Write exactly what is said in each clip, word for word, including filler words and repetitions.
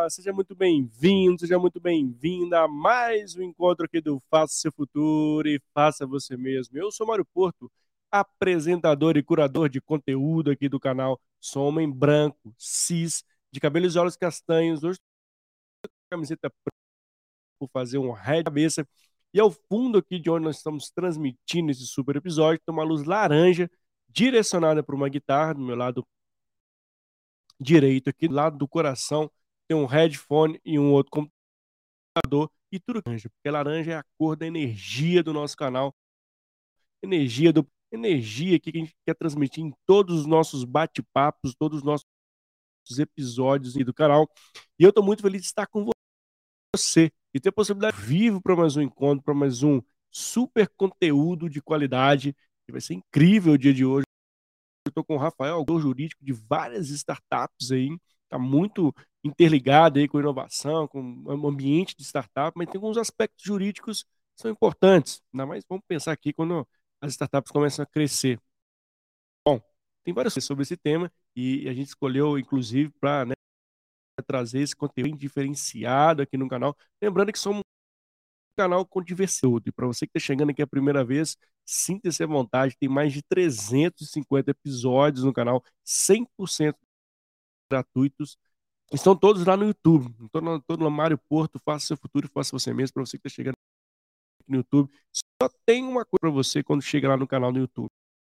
seja muito bem-vindo, seja muito bem-vinda a mais um encontro aqui do Faça Seu Futuro e Faça Você Mesmo. Eu sou Mário Porto, apresentador e curador de conteúdo aqui do canal. Sou homem branco, cis, de cabelos e olhos castanhos. Hoje estou com a camiseta preta por fazer um ré de cabeça. E ao fundo aqui de onde nós estamos transmitindo esse super episódio, tem uma luz laranja direcionada para uma guitarra do meu lado direito aqui, do lado do coração, tem um headphone e um outro computador e tudo laranja, porque laranja é a cor da energia do nosso canal, energia do energia que a gente quer transmitir em todos os nossos bate-papos, todos os nossos episódios do canal. E eu estou muito feliz de estar com você e ter a possibilidade de vivo para mais um encontro, para mais um super conteúdo de qualidade, que vai ser incrível o dia de hoje. Eu estou com o Rafael, autor jurídico de várias startups aí, está muito interligado aí com inovação, com o ambiente de startup, mas tem alguns aspectos jurídicos que são importantes, ainda mais vamos pensar aqui quando as startups começam a crescer. Bom, tem várias coisas sobre esse tema e a gente escolheu, inclusive, para, né, trazer esse conteúdo diferenciado aqui no canal. Lembrando que somos canal com diversidade. E para você que está chegando aqui a primeira vez, sinta-se à vontade. Tem mais de trezentos e cinquenta episódios no canal, cem por cento gratuitos. Estão todos lá no YouTube. Estou no, tô no Mário Porto, Faça Seu Futuro e Faça Você Mesmo. Para você que está chegando aqui no YouTube, só tem uma coisa para você quando chega lá no canal do YouTube.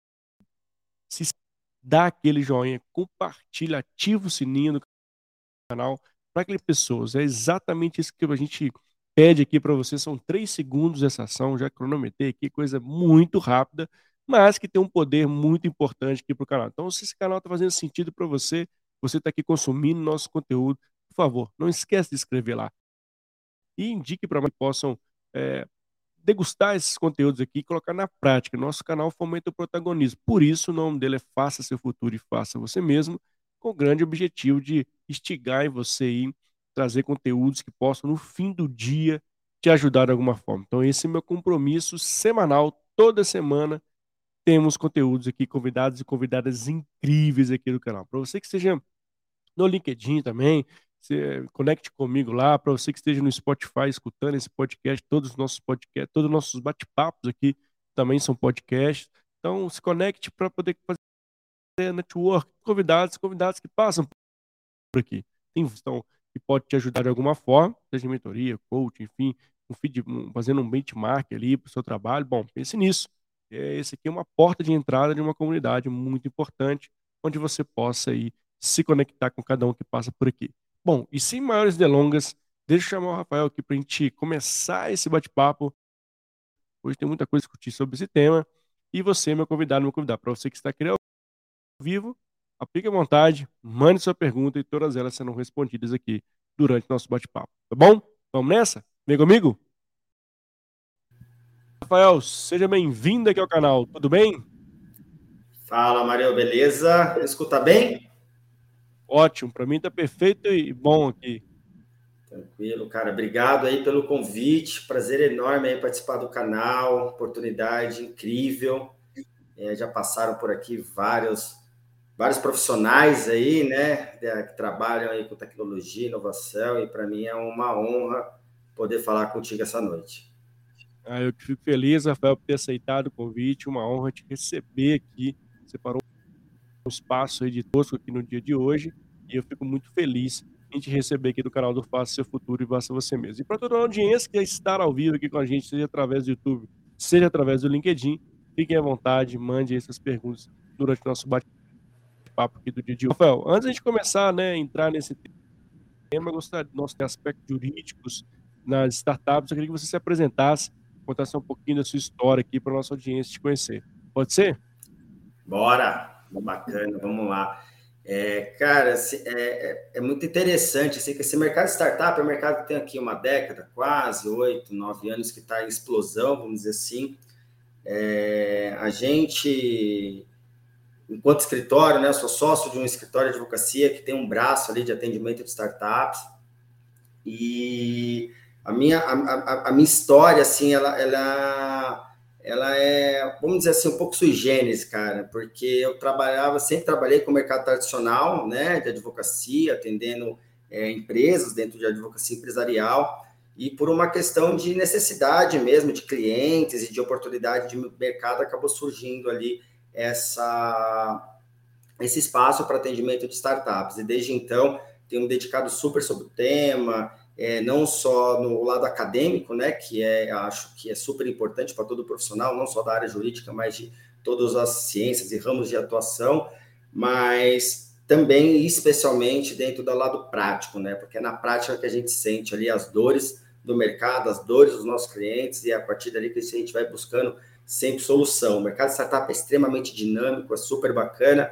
Se dá aquele joinha, compartilha, ativa o sininho do canal para aquelas pessoas. É exatamente isso que a gente pede aqui para você. São três segundos essa ação, já cronometrei aqui, coisa muito rápida, mas que tem um poder muito importante aqui para o canal. Então, se esse canal está fazendo sentido para você, você está aqui consumindo nosso conteúdo, por favor, não esquece de inscrever lá. E indique para mais que possam é, degustar esses conteúdos aqui e colocar na prática. Nosso canal fomenta o protagonismo. Por isso, o nome dele é Faça Seu Futuro e Faça Você Mesmo, com o grande objetivo de instigar em você aí, trazer conteúdos que possam, no fim do dia, te ajudar de alguma forma. Então, esse é o meu compromisso semanal. Toda semana temos conteúdos aqui, convidados e convidadas incríveis aqui do canal. Para você que esteja no LinkedIn também, se conecte comigo lá. Para você que esteja no Spotify escutando esse podcast, todos os nossos podcasts, todos os nossos bate-papos aqui também são podcasts. Então, se conecte para poder fazer network, convidados, convidados que passam por aqui. Tem questão que pode te ajudar de alguma forma, seja mentoria, coach, enfim, um feed, um, fazendo um benchmark ali para o seu trabalho. Bom, pense nisso. Esse aqui é uma porta de entrada de uma comunidade muito importante, onde você possa aí se conectar com cada um que passa por aqui. Bom, e sem maiores delongas, deixa eu chamar o Rafael aqui para a gente começar esse bate-papo. Hoje tem muita coisa a discutir sobre esse tema. E você, meu convidado, meu convidado, para você que está aqui ao vivo, aplique à vontade, mande sua pergunta e todas elas serão respondidas aqui durante nosso bate-papo, tá bom? Vamos nessa? Vem comigo? Rafael, seja bem-vindo aqui ao canal, tudo bem? Fala, Mario, beleza? Me escuta bem? Ótimo, para mim tá perfeito e bom aqui. Tranquilo, cara. Obrigado aí pelo convite. Prazer enorme aí participar do canal. Oportunidade incrível. É, já passaram por aqui vários, vários profissionais aí, né? Que trabalham aí com tecnologia, inovação. E para mim é uma honra poder falar contigo essa noite. Ah, eu fico feliz, Rafael, por ter aceitado o convite. Uma honra te receber aqui. Você parou um espaço aí de tosco aqui no dia de hoje. E eu fico muito feliz em te receber aqui do canal do Faça Seu Futuro e Faça Você Mesmo. E para toda a audiência que está ao vivo aqui com a gente, seja através do YouTube, seja através do LinkedIn, fiquem à vontade, mande essas perguntas durante o nosso bate-papo aqui do dia de hoje. Rafael, antes de começar, né, entrar nesse tema, eu gostaria do nosso aspectos jurídicos nas startups, eu queria que você se apresentasse, contasse um pouquinho da sua história aqui para a nossa audiência te conhecer. Pode ser? Bora! Bacana, vamos lá. É, cara, é, é, é muito interessante, assim, que esse mercado de startup é um mercado que tem aqui uma década, quase oito, nove anos, que está em explosão, vamos dizer assim. É, a gente, enquanto escritório, né, eu sou sócio de um escritório de advocacia que tem um braço ali de atendimento de startups, e a minha, a, a, a minha história, assim, ela, ela, ela é, vamos dizer assim, um pouco sui generis, cara, porque eu trabalhava, sempre trabalhei com o mercado tradicional, né, de advocacia, atendendo é, empresas dentro de advocacia empresarial, e por uma questão de necessidade mesmo, de clientes e de oportunidade de mercado, acabou surgindo ali essa, esse espaço para atendimento de startups. E desde então, tenho me dedicado super sobre o tema, é, não só no lado acadêmico, né, que é, acho que é super importante para todo profissional, não só da área jurídica, mas de todas as ciências e ramos de atuação, mas também, especialmente, dentro do lado prático, né, porque é na prática que a gente sente ali as dores do mercado, as dores dos nossos clientes, e é a partir dali que a gente vai buscando sempre solução. O mercado de startup é extremamente dinâmico, é super bacana,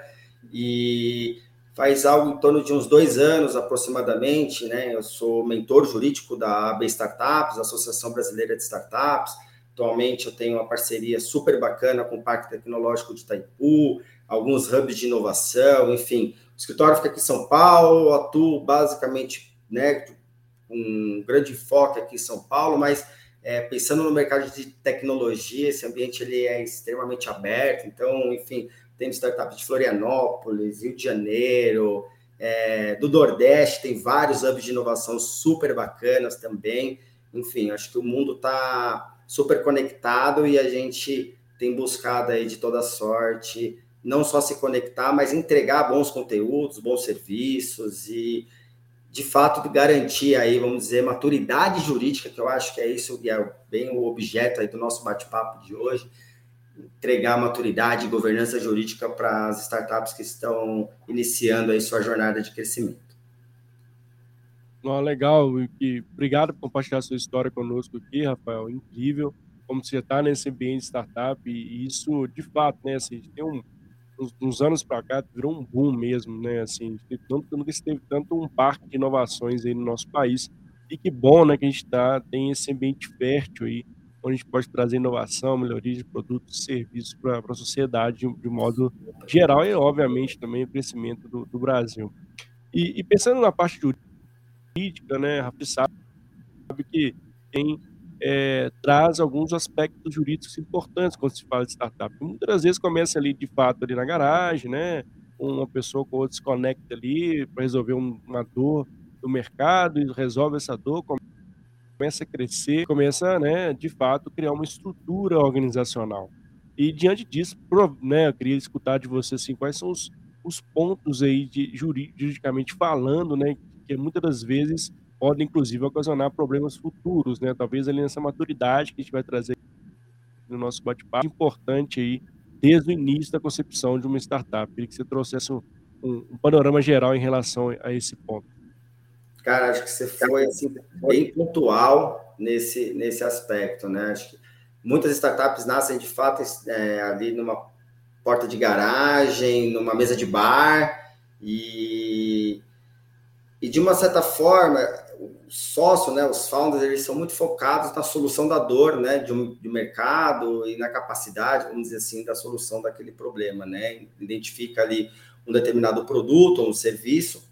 e faz algo em torno de uns dois anos, aproximadamente, né? Eu sou mentor jurídico da A B Startups, Associação Brasileira de Startups. Atualmente eu tenho uma parceria super bacana com o Parque Tecnológico de Itaipu, alguns hubs de inovação, enfim. O escritório fica aqui em São Paulo, atuo basicamente, né, um grande foco aqui em São Paulo, mas é, pensando no mercado de tecnologia, esse ambiente ele é extremamente aberto, então, enfim, tem startups de Florianópolis, Rio de Janeiro, é, do Nordeste, tem vários hubs de inovação super bacanas também, enfim, acho que o mundo está super conectado e a gente tem buscado aí de toda sorte, não só se conectar, mas entregar bons conteúdos, bons serviços e de fato, garantir aí, vamos dizer, maturidade jurídica, que eu acho que é isso, que é bem o objeto aí do nosso bate-papo de hoje, entregar maturidade e governança jurídica para as startups que estão iniciando aí sua jornada de crescimento. Oh, legal, e obrigado por compartilhar sua história conosco aqui, Rafael, incrível como você está nesse ambiente de startup, e isso, de fato, né, assim, tem um uns, uns anos para cá virou um boom mesmo, né? Assim, nunca, nunca se teve tanto um parque de inovações aí no nosso país. E que bom, né, que a gente tá, tem esse ambiente fértil aí, onde a gente pode trazer inovação, melhoria de produtos e serviços para a sociedade de, de modo geral e, obviamente, também o crescimento do, do Brasil. E, e pensando na parte jurídica, né, Rafa, sabe que tem eh, traz alguns aspectos jurídicos importantes quando se fala de startup. Muitas das vezes começa ali, de fato, ali na garagem, né, uma pessoa com outra se conecta ali para resolver um uma dor do mercado e resolve essa dor, começa a crescer, começa, né, de fato, criar uma estrutura organizacional. E diante disso, pro né, eu queria escutar de você, assim, quais são os os pontos aí de juri juridicamente falando, né, que muitas das vezes podem inclusive ocasionar problemas futuros, né, talvez ali nessa maturidade que a gente vai trazer no nosso bate-papo, importante aí, desde o início da concepção de uma startup. Queria que você trouxesse um um um panorama geral em relação a esse ponto. Cara, acho que você foi assim, bem pontual nesse, nesse aspecto, né? Acho que muitas startups nascem de fato é, ali numa porta de garagem, numa mesa de bar, e, e de uma certa forma, o sócio, né, os founders, eles são muito focados na solução da dor, né, de um de mercado e na capacidade, vamos dizer assim, da solução daquele problema, né? Identifica ali um determinado produto ou um serviço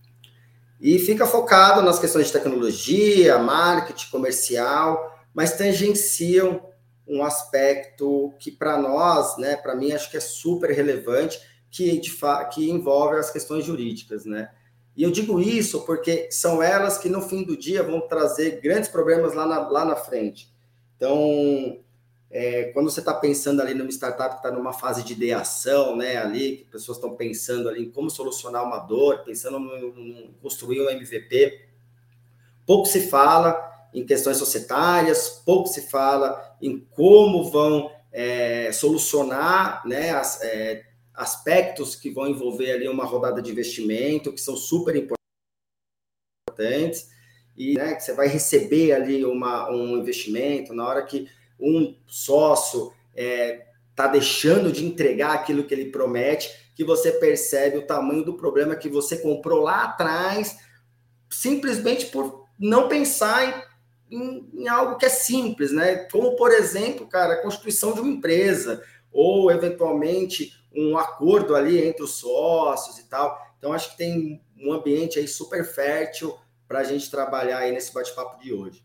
e fica focado nas questões de tecnologia, marketing, comercial, mas tangenciam um aspecto que para nós, né, para mim acho que é super relevante, que, de que envolve as questões jurídicas, né? E eu digo isso porque são elas que no fim do dia vão trazer grandes problemas lá na, lá na frente. Então, é, quando você está pensando ali numa startup que está numa fase de ideação, né, ali, que pessoas estão pensando ali em como solucionar uma dor, pensando em construir um M V P, pouco se fala em questões societárias, pouco se fala em como vão é, solucionar, né, as, é, aspectos que vão envolver ali uma rodada de investimento, que são super importantes, e né, que você vai receber ali uma, um investimento na hora que um sócio está é, deixando de entregar aquilo que ele promete, que você percebe o tamanho do problema que você comprou lá atrás, simplesmente por não pensar em, em, em algo que é simples, né? Como, por exemplo, cara, a constituição de uma empresa, ou eventualmente um acordo ali entre os sócios e tal. Então, acho que tem um ambiente aí super fértil para a gente trabalhar aí nesse bate-papo de hoje.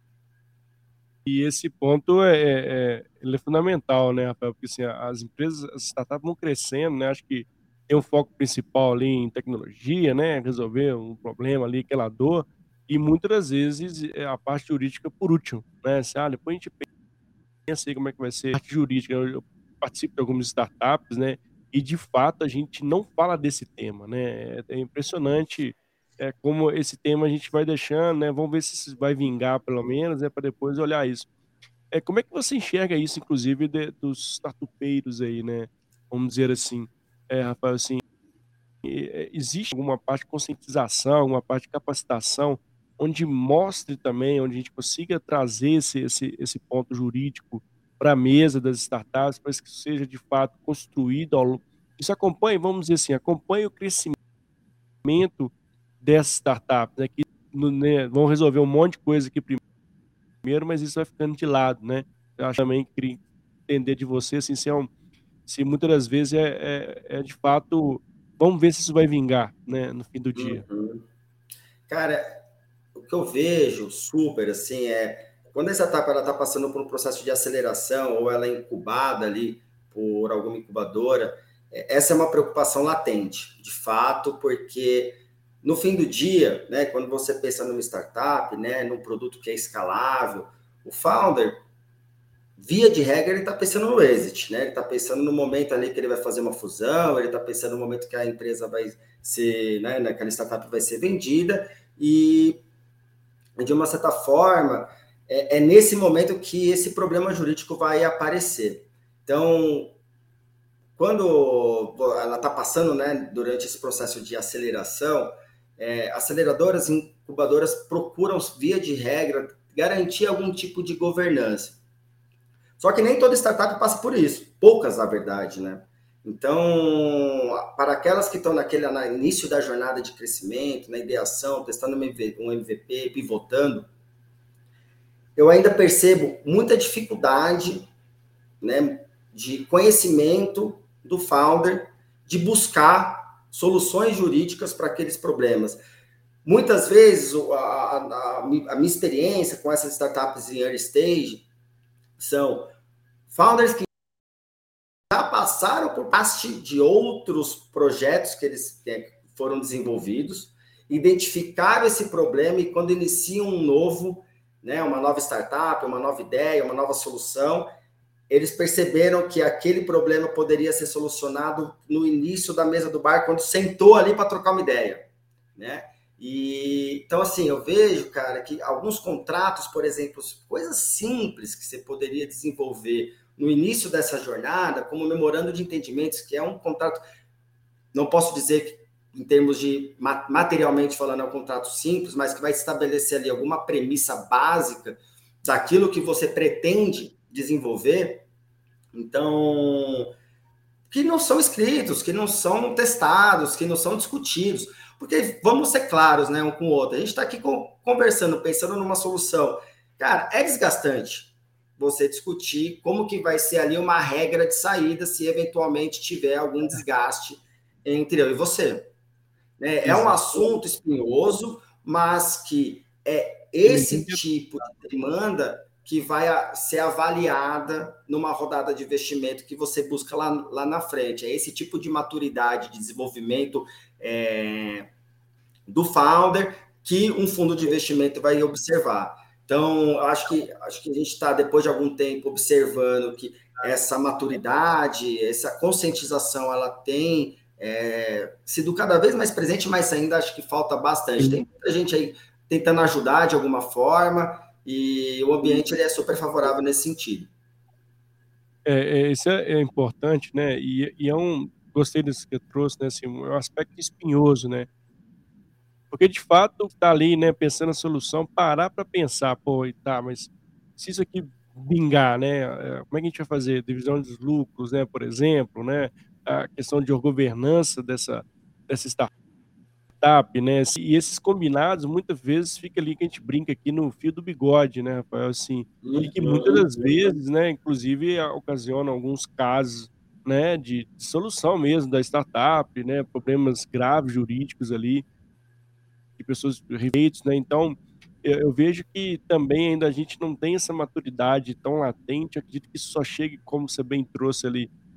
E esse ponto é, é, ele é fundamental, né, Rafael? Porque assim, as empresas, as startups vão crescendo, né? Acho que tem um foco principal ali em tecnologia, né, resolver um problema ali, aquela dor, e muitas das vezes, eh, a parte jurídica por último, né, assim: "Ah, depois a gente pensa aí como é que vai ser a parte jurídica". Eu eu participo de algumas startups, né, e de fato a gente não fala desse tema, né, é é impressionante, eh, como esse tema a gente vai deixando, né, vamos ver se isso vai vingar pelo menos, né, para depois olhar isso. É, como é que você enxerga isso inclusive de dos startupeiros aí, né, vamos dizer assim, eh, Rafael, assim, eh, existe alguma parte de conscientização, alguma parte de capacitação, onde mostre também, onde a gente consiga trazer esse esse esse ponto jurídico pra mesa das startups, para que isso seja de fato construído ao lo isso acompanhe, vamos dizer assim, acompanhe o crescimento dessas startups, né, que no né, vão resolver um monte de coisa aqui primeiro, mas isso vai ficando de lado, né. Eu acho também queria entender de você, assim, se é um se muitas das vezes é é é de fato vamos ver se isso vai vingar, né, no fim do dia. Uhum. Cara, o que eu vejo super, assim, é quando essa etapa ela tá passando por um processo de aceleração ou ela é incubada ali por alguma incubadora, eh, essa é uma preocupação latente, de fato, porque no fim do dia, né, quando você pensa numa startup, né, num produto que é escalável, o founder, via de regra, ele tá pensando no exit, né, ele tá pensando no momento ali que ele vai fazer uma fusão, ele tá pensando no momento que a empresa vai ser, né, aquela startup vai ser vendida e de uma certa forma, é, é nesse momento que esse problema jurídico vai aparecer. Então, quando ela está passando, né, durante esse processo de aceleração, é, aceleradoras, incubadoras procuram, via de regra, garantir algum tipo de governança. Só que nem toda startup passa por isso, poucas, na verdade, né? Então, para aquelas que estão naquele no início da jornada de crescimento, na ideação, testando um M V P, pivotando, eu ainda percebo muita dificuldade, né, de conhecimento do founder de buscar soluções jurídicas para aqueles problemas. Muitas vezes, a, a, a minha experiência com essas startups em early stage são founders que já passaram por parte de outros projetos que eles foram desenvolvidos, identificaram esse problema e quando iniciam um novo, né, uma nova startup, uma nova ideia, uma nova solução, eles perceberam que aquele problema poderia ser solucionado no início da mesa do bar, quando sentou ali para trocar uma ideia, né? E então, assim, eu vejo, cara, que alguns contratos, por exemplo, coisas simples que você poderia desenvolver no início dessa jornada, como memorando de entendimentos, que é um contrato, não posso dizer que em termos de materialmente falando é um contrato simples, mas que vai estabelecer ali alguma premissa básica daquilo que você pretende desenvolver, então, que não são escritos, que não são testados, que não são discutidos, porque vamos ser claros, né, um com o outro, a gente está aqui conversando, pensando numa solução, cara, é desgastante você discutir como que vai ser ali uma regra de saída se eventualmente tiver algum desgaste entre eu e você. É, é um assunto espinhoso, mas que é esse tipo de demanda que vai ser avaliada numa rodada de investimento que você busca lá, lá na frente. É esse tipo de maturidade, de desenvolvimento é, do founder que um fundo de investimento vai observar. Então, acho que, acho que a gente está, depois de algum tempo, observando que essa maturidade, essa conscientização, ela tem é, sido cada vez mais presente, mas ainda acho que falta bastante. Tem muita gente aí tentando ajudar de alguma forma e o ambiente ele é super favorável nesse sentido. É, é, isso é é importante, né, e e é um gostei disso que você trouxe, né, assim, um aspecto espinhoso, né. Porque de fato tá ali, né, pensando a solução, parar para pensar: "Pô, e tá, mas se isso aqui vingar, né, eh, como é que a gente vai fazer? Divisão dos lucros, né, por exemplo, né, a questão de governança dessa dessa startup, né". E esses combinados muitas vezes fica ali que a gente brinca aqui no fio do bigode, né, Rafael, assim, e que muitas Uhum. das vezes, né, inclusive ocasiona alguns casos, né, de solução mesmo da startup, né, problemas graves jurídicos ali. De pessoas rejeitos, né, então, eu eu vejo que também ainda a gente não tem essa maturidade tão latente, acredito que isso só chegue, como você bem trouxe ali,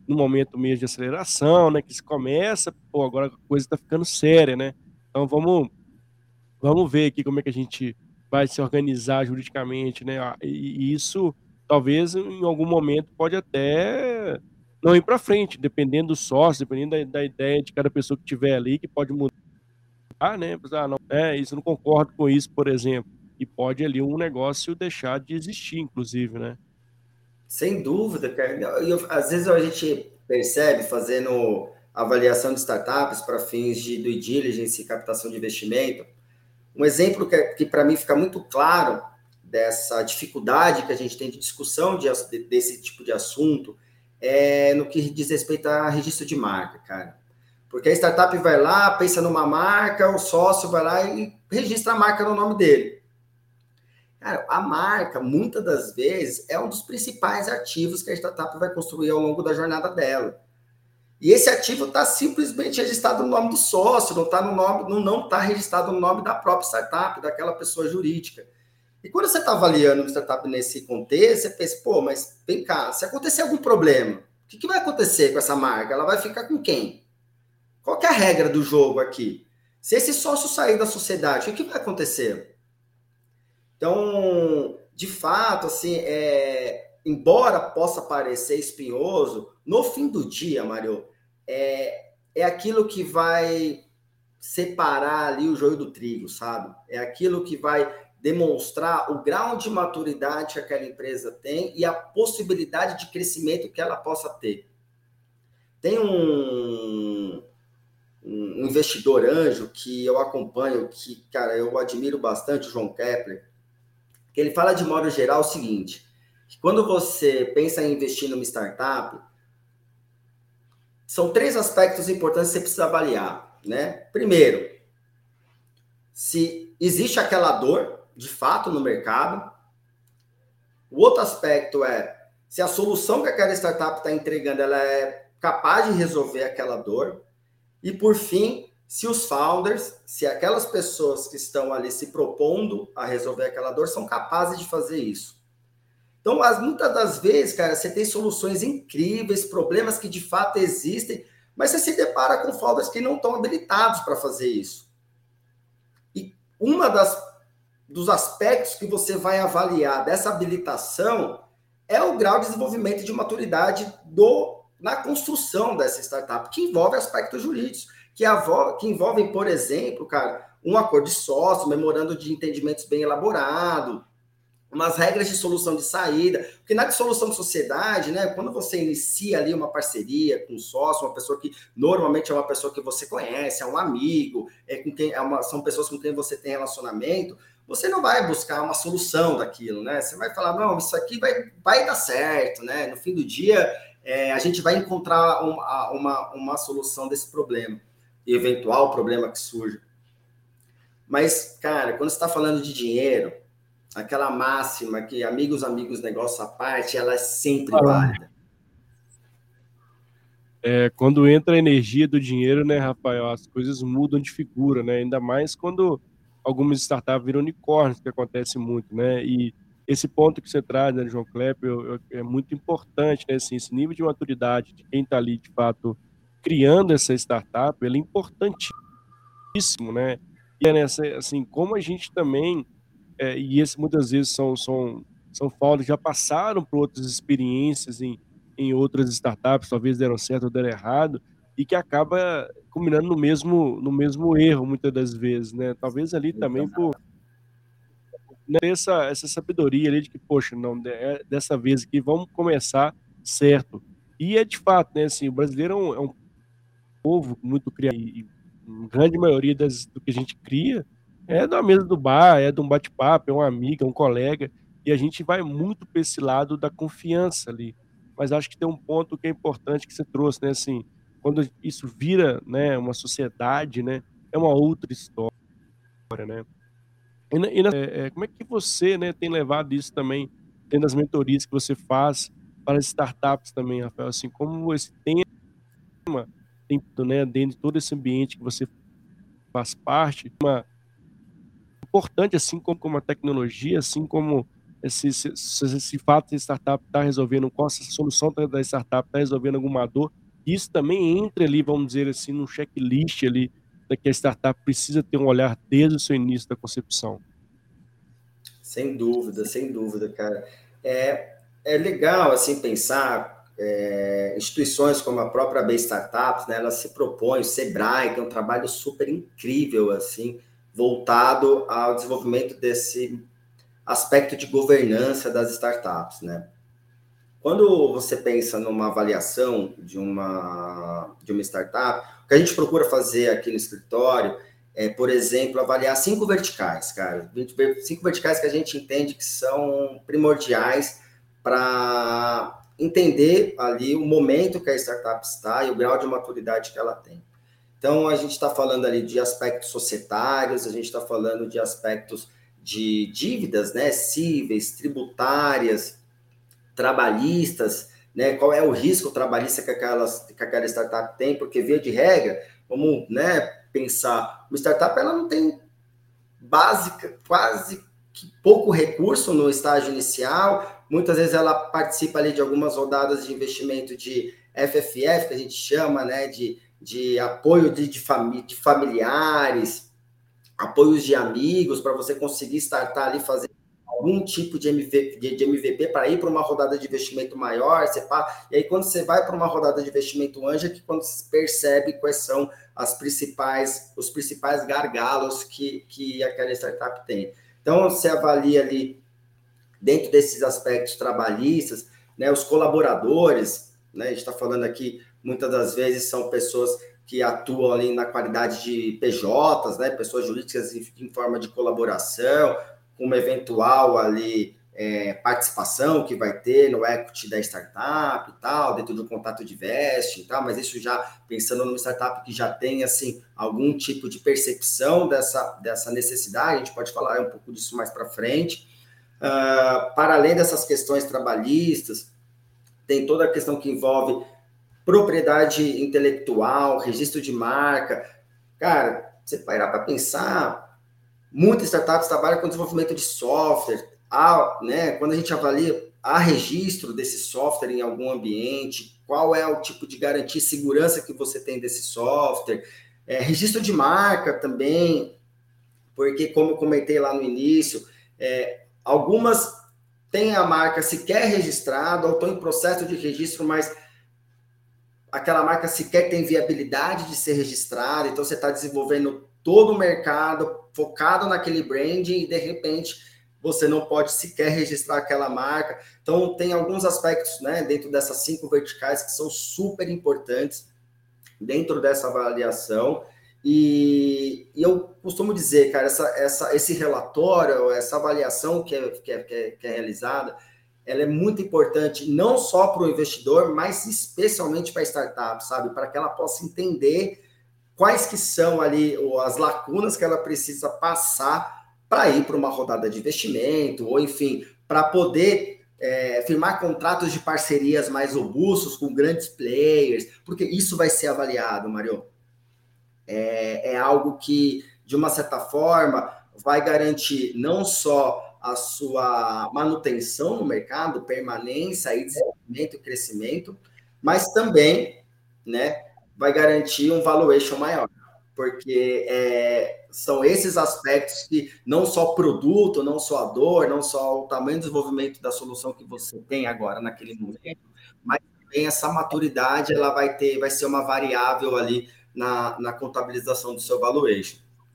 no momento mesmo de aceleração, né, que se começa, pô, agora a coisa está ficando séria, né. Então vamos vamos ver aqui como é que a gente vai se organizar juridicamente, né, ah, e e isso talvez em algum momento pode até não ir para frente, dependendo do sócio, dependendo da da ideia de cada pessoa que tiver ali, que pode mudar, né, "Ah, não, é isso, eu não concordo com isso", por exemplo, e pode ali um negócio deixar de existir inclusive, né. Sem dúvida, cara. Não, e eu às vezes a gente percebe fazendo avaliação de startups para fins de due diligence e captação de investimento, um exemplo que é que para mim fica muito claro dessa dificuldade que a gente tem de discussão de ass de desse tipo de assunto, é no que diz respeito a registro de marca, cara. Porque a startup vai lá, pensa numa marca, o sócio vai lá e registra a marca no nome dele. Cara, a marca, muitas das vezes, é um dos principais ativos que a startup vai construir ao longo da jornada dela. E esse ativo está simplesmente registrado no nome do sócio, não está no nome, não não está registrado no nome da própria startup, daquela pessoa jurídica. E quando você está avaliando uma startup nesse contexto, você pensa, pô, mas vem cá, se acontecer algum problema, o que, que vai acontecer com essa marca? Ela vai ficar com quem? Qual que é a regra do jogo aqui? Se esse sócio sair da sociedade, o que, que vai acontecer? Então, de fato, assim, é, embora possa parecer espinhoso, no fim do dia, Mário, é, é aquilo que vai separar ali o joio do trigo, sabe? É aquilo que vai demonstrar o grau de maturidade que aquela empresa tem e a possibilidade de crescimento que ela possa ter. Tem um, um investidor anjo que eu acompanho, que, cara, eu admiro bastante, o João Kepler, que ele fala de modo geral o seguinte, que quando você pensa em investir numa startup, são três aspectos importantes que você precisa avaliar, né? Primeiro, se existe aquela dor, de fato, no mercado. O outro aspecto é se a solução que aquela startup está entregando ela é capaz de resolver aquela dor. E, por fim, se os founders, se aquelas pessoas que estão ali se propondo a resolver aquela dor são capazes de fazer isso. Então, as, muitas das vezes, cara, você tem soluções incríveis, problemas que de fato existem, mas você se depara com founders que não estão habilitados para fazer isso. E uma das dos aspectos que você vai avaliar dessa habilitação é o grau de desenvolvimento de maturidade do, na construção dessa startup, que envolve aspectos jurídicos, que, avó, que envolvem, por exemplo, cara, um acordo de sócio, memorando de entendimentos bem elaborado, umas regras de solução de saída, porque na dissolução de sociedade, né, quando você inicia ali uma parceria com um sócio, uma pessoa que normalmente é uma pessoa que você conhece, é um amigo, é com quem, é uma, são pessoas com quem você tem relacionamento, você não vai buscar uma solução daquilo, né? Você vai falar, não, isso aqui vai, vai dar certo, né? No fim do dia, é, a gente vai encontrar uma, uma, uma solução desse problema, eventual problema que surja. Mas, cara, quando você está falando de dinheiro, aquela máxima que amigos, amigos, negócio à parte, ela é sempre válida. É, quando entra a energia do dinheiro, né, Rafael, as coisas mudam de figura, né, ainda mais quando algumas startups viram unicórnios, que acontece muito, né, e esse ponto que você traz, né, João Klepper, eu eu é muito importante, né, assim, esse nível de maturidade de quem está ali, de fato, criando essa startup, ele é importantíssimo, né, e é nessa assim, como a gente também, eh, e esse muitas vezes são são são founders que já passaram por outras experiências em em outras startups, talvez deram certo ou deram errado, e que acaba culminando no mesmo no mesmo erro muitas das vezes, né. Talvez ali também por né, essa essa sabedoria ali de que: "Poxa, não, de eh, dessa vez aqui vamos começar certo". E é de fato, né, assim, o brasileiro é um é um povo muito cria e e grande maioria das do que a gente cria é da mesa do bar, é de um bate-papo, é uma amiga, é um colega, e a gente vai muito para esse lado da confiança ali. Mas acho que tem um ponto que é importante que você trouxe, né, assim, quando isso vira, né, uma sociedade, né, é uma outra história, né. E na e na eh eh, como é que você, né, tem levado isso também dentro das mentorias que você faz para as startups também, Rafael, assim, como esse tema tem, né, dentro de todo esse ambiente que você faz parte, uma importante, assim como como a tecnologia, assim como se, se, se esse fato de startup está resolvendo, qual a solução da startup está resolvendo alguma dor, isso também entra ali, vamos dizer assim, no checklist ali, da que a startup precisa ter um olhar desde o seu início da concepção. Sem dúvida, sem dúvida, cara. É, é legal, assim, pensar é, instituições como a própria B Startups, né, ela se propõe, o Sebrae, que é um trabalho super incrível, assim, voltado ao desenvolvimento desse aspecto de governança das startups, né? Quando você pensa numa avaliação de uma, de uma startup, o que a gente procura fazer aqui no escritório é, por exemplo, avaliar cinco verticais, cara. Cinco verticais que a gente entende que são primordiais para entender ali o momento que a startup está e o grau de maturidade que ela tem. Então, a gente está falando ali de aspectos societários, a gente está falando de aspectos de dívidas, né, cíveis, tributárias, trabalhistas, né? Qual é o risco trabalhista que aquela, que aquela startup tem, porque via de regra, vamos, né, pensar, uma startup ela não tem básica, quase que pouco recurso no estágio inicial, muitas vezes ela participa ali de algumas rodadas de investimento de F F F, que a gente chama, né, de, de apoio de, de, fami de familiares, apoios de amigos, para você conseguir startar ali, fazer algum tipo de M V P, de M V P para ir para uma rodada de investimento maior, você pá, e aí quando você vai para uma rodada de investimento anjo, é que quando você percebe quais são as principais, os principais gargalos que, que aquela startup tem. Então, você avalia ali, dentro desses aspectos trabalhistas, né, os colaboradores, né, a gente está falando aqui, muitas das vezes são pessoas que atuam ali na qualidade de P Js, né, pessoas jurídicas em, em forma de colaboração, com uma eventual ali é, participação que vai ter no equity da startup e tal, dentro do contrato de vesting e tal, mas isso já pensando numa startup que já tem, assim, algum tipo de percepção dessa, dessa necessidade, a gente pode falar um pouco disso mais para frente. Uh, para além dessas questões trabalhistas, tem toda a questão que envolve propriedade intelectual, registro de marca. Cara, você parar para pensar, muitas startups trabalham com desenvolvimento de software. Há, né, quando a gente avalia, há registro desse software em algum ambiente, qual é o tipo de garantia e segurança que você tem desse software. É, registro de marca também, porque, como eu comentei lá no início, é, algumas têm a marca sequer registrada ou estão em processo de registro, mas aquela marca sequer tem viabilidade de ser registrada, então você está desenvolvendo todo o mercado focado naquele branding e, de repente, você não pode sequer registrar aquela marca. Então, tem alguns aspectos, né, dentro dessas cinco verticais que são super importantes dentro dessa avaliação. E, e eu costumo dizer, cara, essa, essa, esse relatório, essa avaliação que é, que, é, que, é, que é realizada, ela é muito importante, não só para o investidor, mas especialmente para a startup, sabe? Para que ela possa entender quais que são ali as lacunas que ela precisa passar para ir para uma rodada de investimento, ou enfim, para poder é, firmar contratos de parcerias mais robustos com grandes players, porque isso vai ser avaliado, Mário. É, é algo que, de uma certa forma, vai garantir não só a sua manutenção no mercado, permanência e desenvolvimento e crescimento, mas também, né, vai garantir um valuation maior, porque é, são esses aspectos que não só produto, não só a dor, não só o tamanho de desenvolvimento da solução que você tem agora naquele momento, mas também essa maturidade, ela vai ter, vai ser uma variável ali na, na contabilização do seu valuation.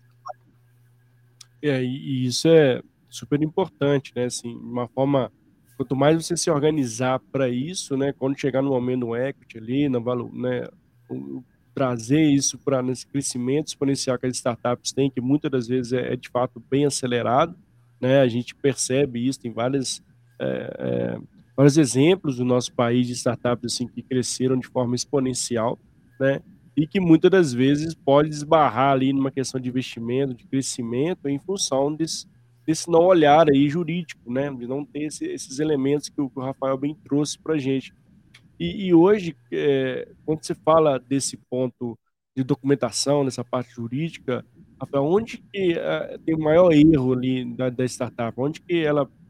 É, e, e isso é super importante, né? Assim, uma forma, quanto mais você se organizar para isso, né? Quando chegar no momento do equity ali, no valor, né? O, trazer isso para nesse crescimento exponencial que as startups têm, que muitas das vezes é, é de fato bem acelerado, né? A gente percebe isso, tem várias, é, é, vários exemplos do nosso país de startups assim que cresceram de forma exponencial, né? E que muitas das vezes pode esbarrar ali numa questão de investimento, de crescimento, em função desse, desse não olhar aí jurídico, né? De não ter esse, esses elementos que o, que o Rafael bem trouxe para a gente. E, e hoje, é, quando você fala desse ponto de documentação, dessa parte jurídica, Rafael, onde que é, tem o maior erro ali da, da startup? Onde que ela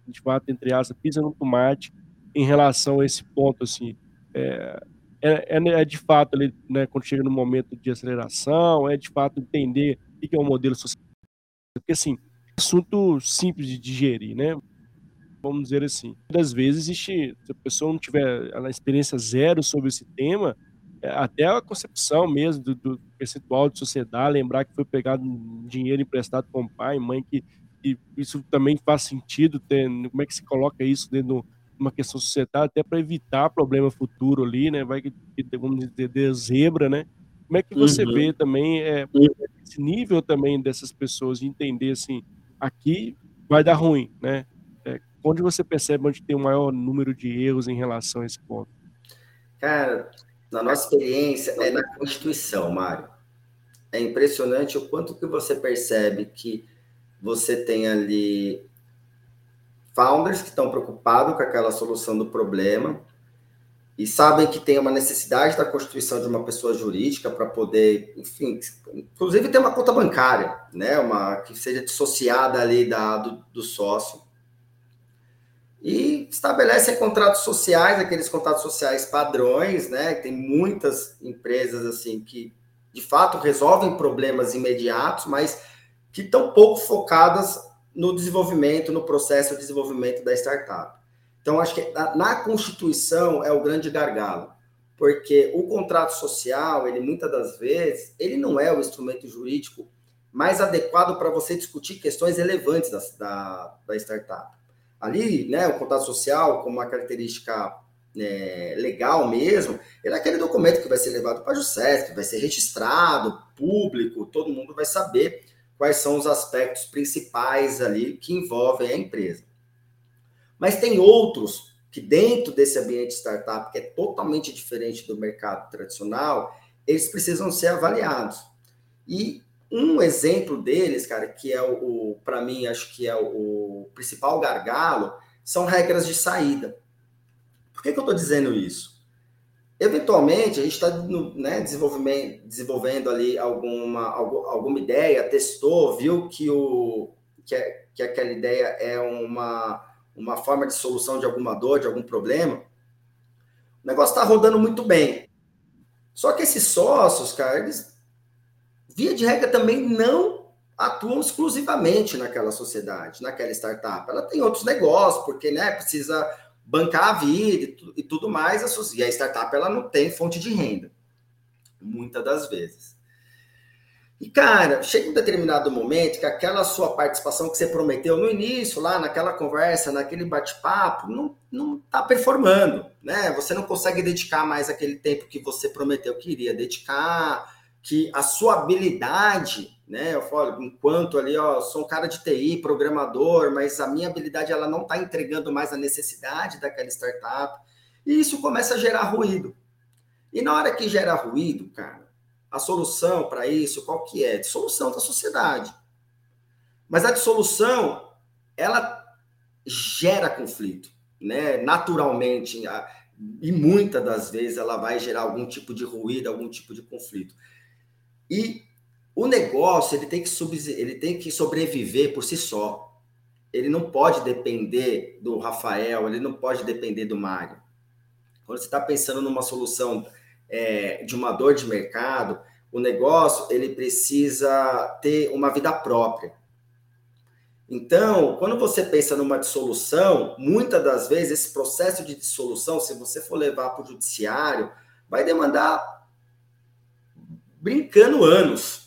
de fato, entre aspas, pisa no tomate em relação a esse ponto, assim. É é é é de fato ali, né, quando chega no momento de aceleração, é de fato entender o que que é um modelo social, porque assim, assunto simples de digerir, né, vamos dizer assim. Muitas vezes existe, se a pessoa não tiver a experiência zero sobre esse tema, eh, até a concepção mesmo do do percentual de sociedade, lembrar que foi pegado um dinheiro emprestado com pai e mãe, que que isso também faz sentido ter como é que se coloca isso dentro de uma questão societária, até para evitar problema futuro ali, né, vai que que vamos dizer, dê zebra, né. Como é que você vê Uhum. também, eh, esse nível também dessas pessoas de entender, assim, aqui vai dar ruim, né, eh, onde você percebe onde tem o maior número de erros em relação a esse ponto? Cara, na nossa experiência é na Constituição, Mário. É impressionante o quanto que você percebe que você tem ali founders que estão preocupados com aquela solução do problema e sabem que tem uma necessidade da constituição de uma pessoa jurídica para poder, enfim, inclusive ter uma conta bancária, né, uma que seja dissociada ali da, do, do sócio. E estabelecem contratos sociais, aqueles contratos sociais padrões, né? Tem muitas empresas assim que de fato resolvem problemas imediatos, mas que estão pouco focadas no desenvolvimento, no processo de desenvolvimento da startup. Então, acho que na, na Constituição é o grande gargalo, porque o contrato social, ele muitas das vezes, ele não é o instrumento jurídico mais adequado para você discutir questões relevantes da, da, da startup. Ali, né, o contrato social, como uma característica é, legal mesmo, ele é aquele documento que vai ser levado para a JUSESP, que vai ser registrado, público, todo mundo vai saber quais são os aspectos principais ali que envolvem a empresa. Mas tem outros que dentro desse ambiente startup, que é totalmente diferente do mercado tradicional, eles precisam ser avaliados. E um exemplo deles, cara, que é o, o para mim, acho que é o, o principal gargalo, são regras de saída. Por que, que eu estou dizendo isso? Eventualmente, a gente está né, desenvolvendo, desenvolvendo ali alguma, alguma ideia, testou, viu que, o, que, é, que aquela ideia é uma, uma forma de solução de alguma dor, de algum problema. O negócio está rodando muito bem. Só que esses sócios, cara, eles, via de regra, também não atuam exclusivamente naquela sociedade, naquela startup. Ela tem outros negócios, porque né, precisa bancar a vida e tudo mais, e a startup ela não tem fonte de renda, muitas das vezes. E, cara, chega um determinado momento que aquela sua participação que você prometeu no início, lá naquela conversa, naquele bate-papo, não, não tá performando, né? Você não consegue dedicar mais aquele tempo que você prometeu que iria dedicar, que a sua habilidade, né? Eu falo, enquanto ali, ó, sou um cara de T I, programador, mas a minha habilidade, ela não tá entregando mais a necessidade daquela startup, e isso começa a gerar ruído. E na hora que gera ruído, cara, a solução para isso, qual que é? Dissolução da sociedade. Mas a dissolução, ela gera conflito, né? Naturalmente, e muitas das vezes ela vai gerar algum tipo de ruído, algum tipo de conflito. E o negócio, ele tem que, sub, ele tem que sobreviver por si só. Ele não pode depender do Rafael, ele não pode depender do Mário. Quando você está pensando numa solução é, de uma dor de mercado, o negócio ele precisa ter uma vida própria. Então, quando você pensa numa dissolução, muitas das vezes esse processo de dissolução, se você for levar para o judiciário, vai demandar, brincando, anos.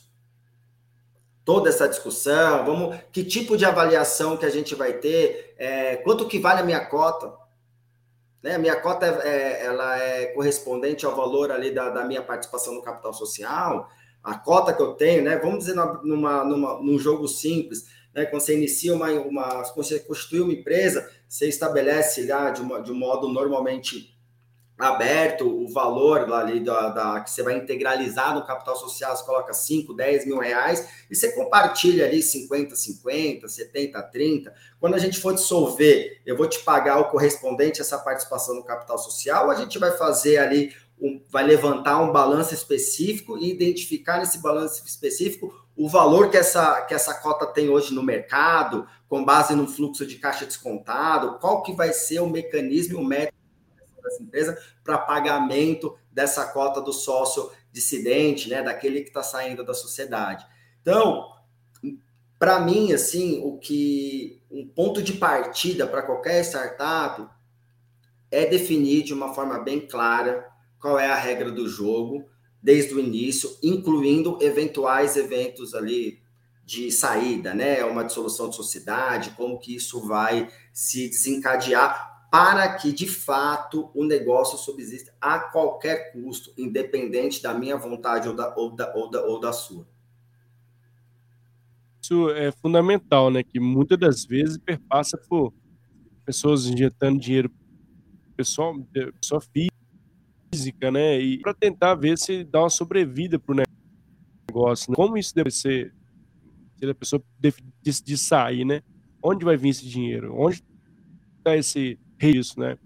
Toda essa discussão, vamos, que tipo de avaliação que a gente vai ter, é, quanto que vale a minha cota? Né? A minha cota é, ela é correspondente ao valor ali da, da minha participação no capital social, a cota que eu tenho, né? Vamos dizer, numa, numa, num jogo simples, né? Quando você inicia uma, uma, quando você constitui uma empresa, você estabelece lá de, uma, de um modo normalmente aberto o valor ali da, da, que você vai integralizar no capital social, você coloca cinco, dez mil reais e você compartilha ali cinquenta, cinquenta, setenta, trinta. Quando a gente for dissolver, eu vou te pagar o correspondente a essa participação no capital social, ou a gente vai fazer ali, um, vai levantar um balanço específico e identificar nesse balanço específico o valor que essa, que essa cota tem hoje no mercado, com base no fluxo de caixa descontado, qual que vai ser o mecanismo e o método dessa empresa para pagamento dessa cota do sócio dissidente, né, daquele que está saindo da sociedade. Então, para mim, assim, o que um ponto de partida para qualquer startup é definir de uma forma bem clara qual é a regra do jogo desde o início, incluindo eventuais eventos ali de saída, né? Uma dissolução de sociedade, como que isso vai se desencadear para que, de fato, o negócio subsista a qualquer custo, independente da minha vontade ou da, ou da, ou da, ou da sua. Isso é fundamental, né? Que muitas das vezes perpassa por pessoas injetando dinheiro pessoal, pessoa física, né? E para tentar ver se dá uma sobrevida para o negócio, né? Como isso deve ser, se a pessoa decidir sair, né? Onde vai vir esse dinheiro? Onde está esse risco, né?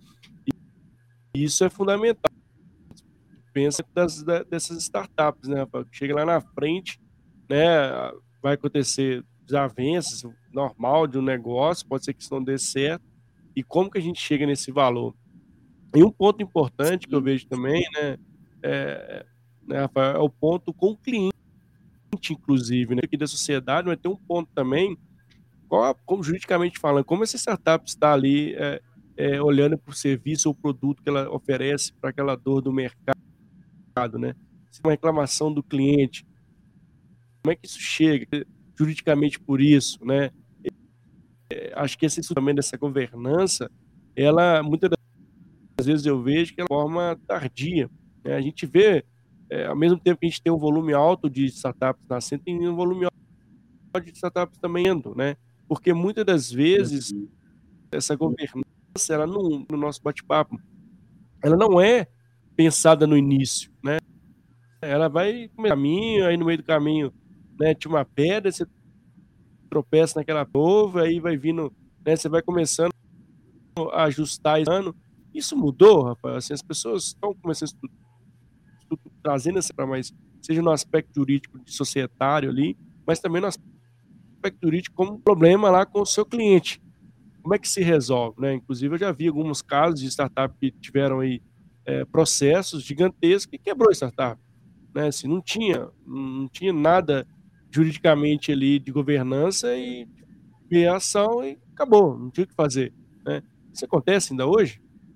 E isso é fundamental. Pensa das, dessas startups, né, Rafael? Chega lá na frente, né? Vai acontecer desavenças, normal de um negócio, pode ser que isso não dê certo. E como que a gente chega nesse valor? E um ponto importante que eu vejo também, né, é, né, Rafael, é o ponto com o cliente, inclusive, né, aqui da sociedade, mas tem um ponto também, qual a, como juridicamente falando, como essa startup está ali é, é, olhando para o serviço ou produto que ela oferece para aquela dor do mercado, né? Se é uma reclamação do cliente, como é que isso chega juridicamente por isso, né? É, acho que esse também dessa governança, ela muitas das vezes eu vejo que é de forma tardia, né? A gente vê, é, ao mesmo tempo que a gente tem um volume alto de startups nascendo, tem um volume alto de startups também indo, né? Porque muitas das vezes essa governança, ela não, no nosso bate-papo, ela não é pensada no início, né? Ela vai no caminho, aí no meio do caminho, né, tinha uma pedra, você tropeça naquela curva, aí vai vindo, né, você vai começando a ajustar esse ano. Isso mudou, Rafael? Assim, as pessoas estão começando a estu estu trazendo essa para mais, seja no aspecto jurídico de societário ali, mas também no aspecto jurídico como problema lá com o seu cliente. Como é que se resolve, né? Inclusive eu já vi alguns casos de startup que tiveram aí, eh, processos gigantescos que quebrou a startup, né, assim, não tinha não tinha nada juridicamente ali de governança e veio a ação e acabou, não tinha o que fazer, né. Isso acontece ainda hoje?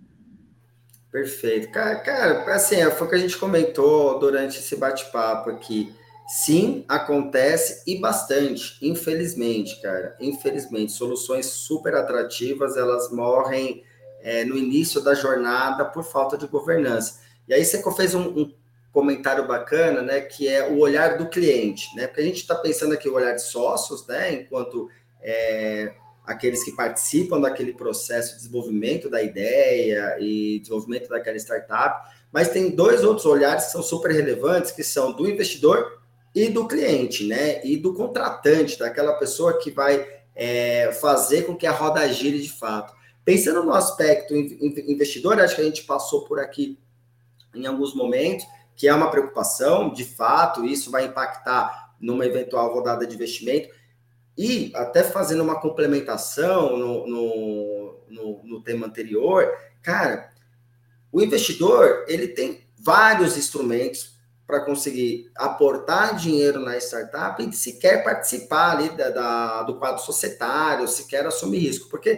Perfeito. Cara, cara, assim, foi o que a gente comentou durante esse bate-papo aqui. Sim, acontece e bastante, infelizmente, cara. Infelizmente, soluções super atrativas, elas morrem é, no início da jornada por falta de governança. E aí você fez um, um comentário bacana, né, que é o olhar do cliente, né? Porque a gente está pensando aqui o olhar de sócios, né, enquanto é, aqueles que participam daquele processo de desenvolvimento da ideia e desenvolvimento daquela startup, mas tem dois outros olhares que são super relevantes, que são do investidor e do cliente, né? E do contratante, daquela pessoa que vai é, fazer com que a roda gire de fato. Pensando no aspecto investidor, acho que a gente passou por aqui em alguns momentos, que é uma preocupação, de fato, isso vai impactar numa eventual rodada de investimento. E até fazendo uma complementação no, no, no, no tema anterior, cara, o investidor ele tem vários instrumentos para conseguir aportar dinheiro na startup e sequer participar ali da, da, do quadro societário, sequer assumir risco. Porque,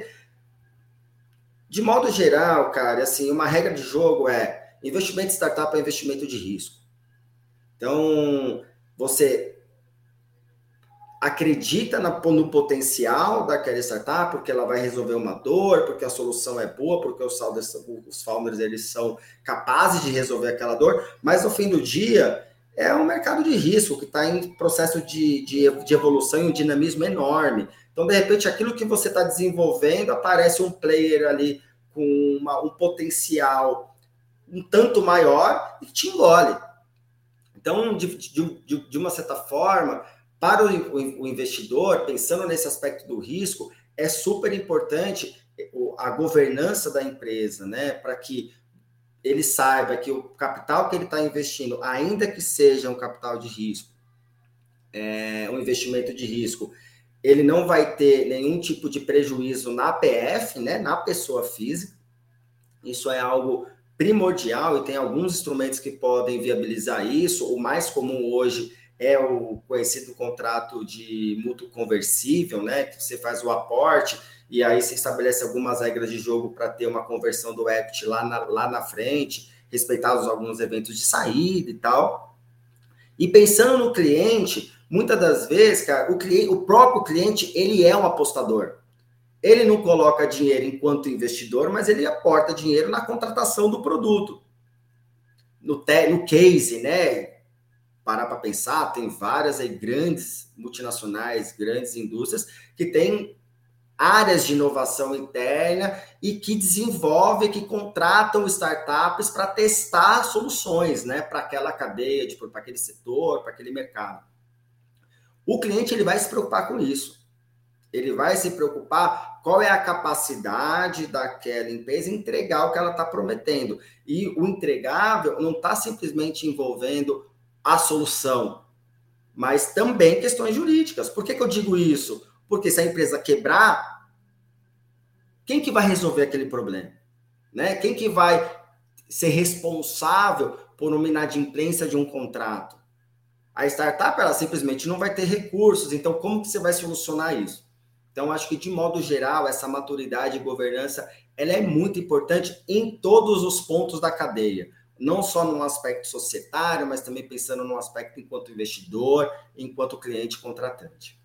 de modo geral, cara, assim, uma regra de jogo é investimento em startup é investimento de risco. Então, você acredita no potencial daquela startup, porque ela vai resolver uma dor, porque a solução é boa, porque os founders, os founders eles são capazes de resolver aquela dor, mas no fim do dia é um mercado de risco que está em processo de, de, de evolução e um dinamismo enorme. Então, de repente, aquilo que você está desenvolvendo, aparece um player ali com uma, um potencial um tanto maior e te engole. Então, de, de, de uma certa forma, para o, o investidor, pensando nesse aspecto do risco, é super importante a governança da empresa, né? Para que ele saiba que o capital que ele está investindo, ainda que seja um capital de risco, é, um investimento de risco, ele não vai ter nenhum tipo de prejuízo na P F, né, na pessoa física. Isso é algo primordial e tem alguns instrumentos que podem viabilizar isso. O mais comum hoje é o conhecido contrato de mútuo conversível, né, que você faz o aporte e aí se estabelece algumas regras de jogo para ter uma conversão do equity lá na, lá na frente, respeitados alguns eventos de saída e tal. E pensando no cliente, muitas das vezes, cara, o, cliente, o próprio cliente, ele é um apostador. Ele não coloca dinheiro enquanto investidor, mas ele aporta dinheiro na contratação do produto. No, te, no case, né? Parar para pensar, tem várias aí, grandes multinacionais, grandes indústrias que têm áreas de inovação interna e que desenvolvem, que contratam startups para testar soluções, né, para aquela cadeia, tipo, para aquele setor, para aquele mercado. O cliente ele vai se preocupar com isso. Ele vai se preocupar qual é a capacidade daquela empresa entregar o que ela está prometendo. E o entregável não está simplesmente envolvendo a solução, mas também questões jurídicas. Por que, que eu digo isso? Porque se a empresa quebrar, quem que vai resolver aquele problema? Né? Quem que vai ser responsável por uma inadimplência de um contrato? A startup, ela simplesmente não vai ter recursos. Então, como que você vai solucionar isso? Então, acho que, de modo geral, essa maturidade e governança, ela é muito importante em todos os pontos da cadeia. Não só no aspecto societário, mas também pensando no aspecto enquanto investidor, enquanto cliente contratante.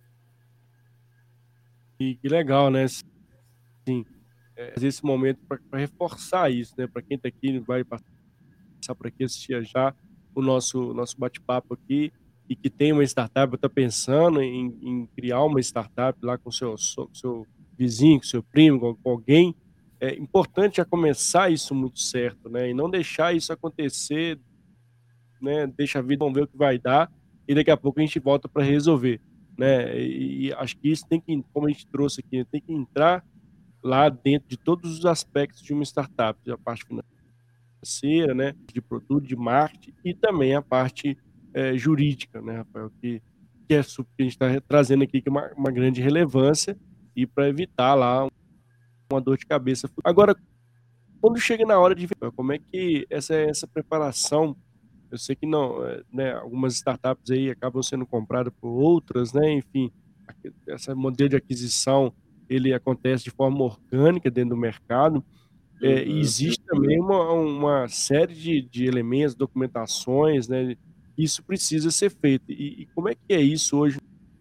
E que legal, né? Sim, é, esse momento para reforçar isso, né? Para quem está aqui, vai passar por aqui, assistir já o nosso, nosso bate-papo aqui, e que tem uma startup, está pensando em, em criar uma startup lá com seu, seu, seu vizinho, com seu primo, com, com alguém, é importante já começar isso muito certo, né? E não deixar isso acontecer, né? Deixa a vida, vamos ver o que vai dar, e daqui a pouco a gente volta para resolver, né? E, e acho que isso tem que, como a gente trouxe aqui, tem que entrar lá dentro de todos os aspectos de uma startup, a parte financeira, né, de produto, de marketing e também a parte, eh, jurídica, né, Rafael, que que é super que a gente está trazendo aqui, que é uma uma grande relevância, e para evitar lá uma dor de cabeça. Agora, quando chega na hora de ver, como é que essa essa preparação, eu sei que não, eh, né, algumas startups aí acabam sendo compradas por outras, né, enfim, aque essa modelo de aquisição, ele acontece de forma orgânica dentro do mercado. É, e Uhum. existe também uma uma série de de elementos, documentações, né, isso precisa ser feito. E e como é que é isso hoje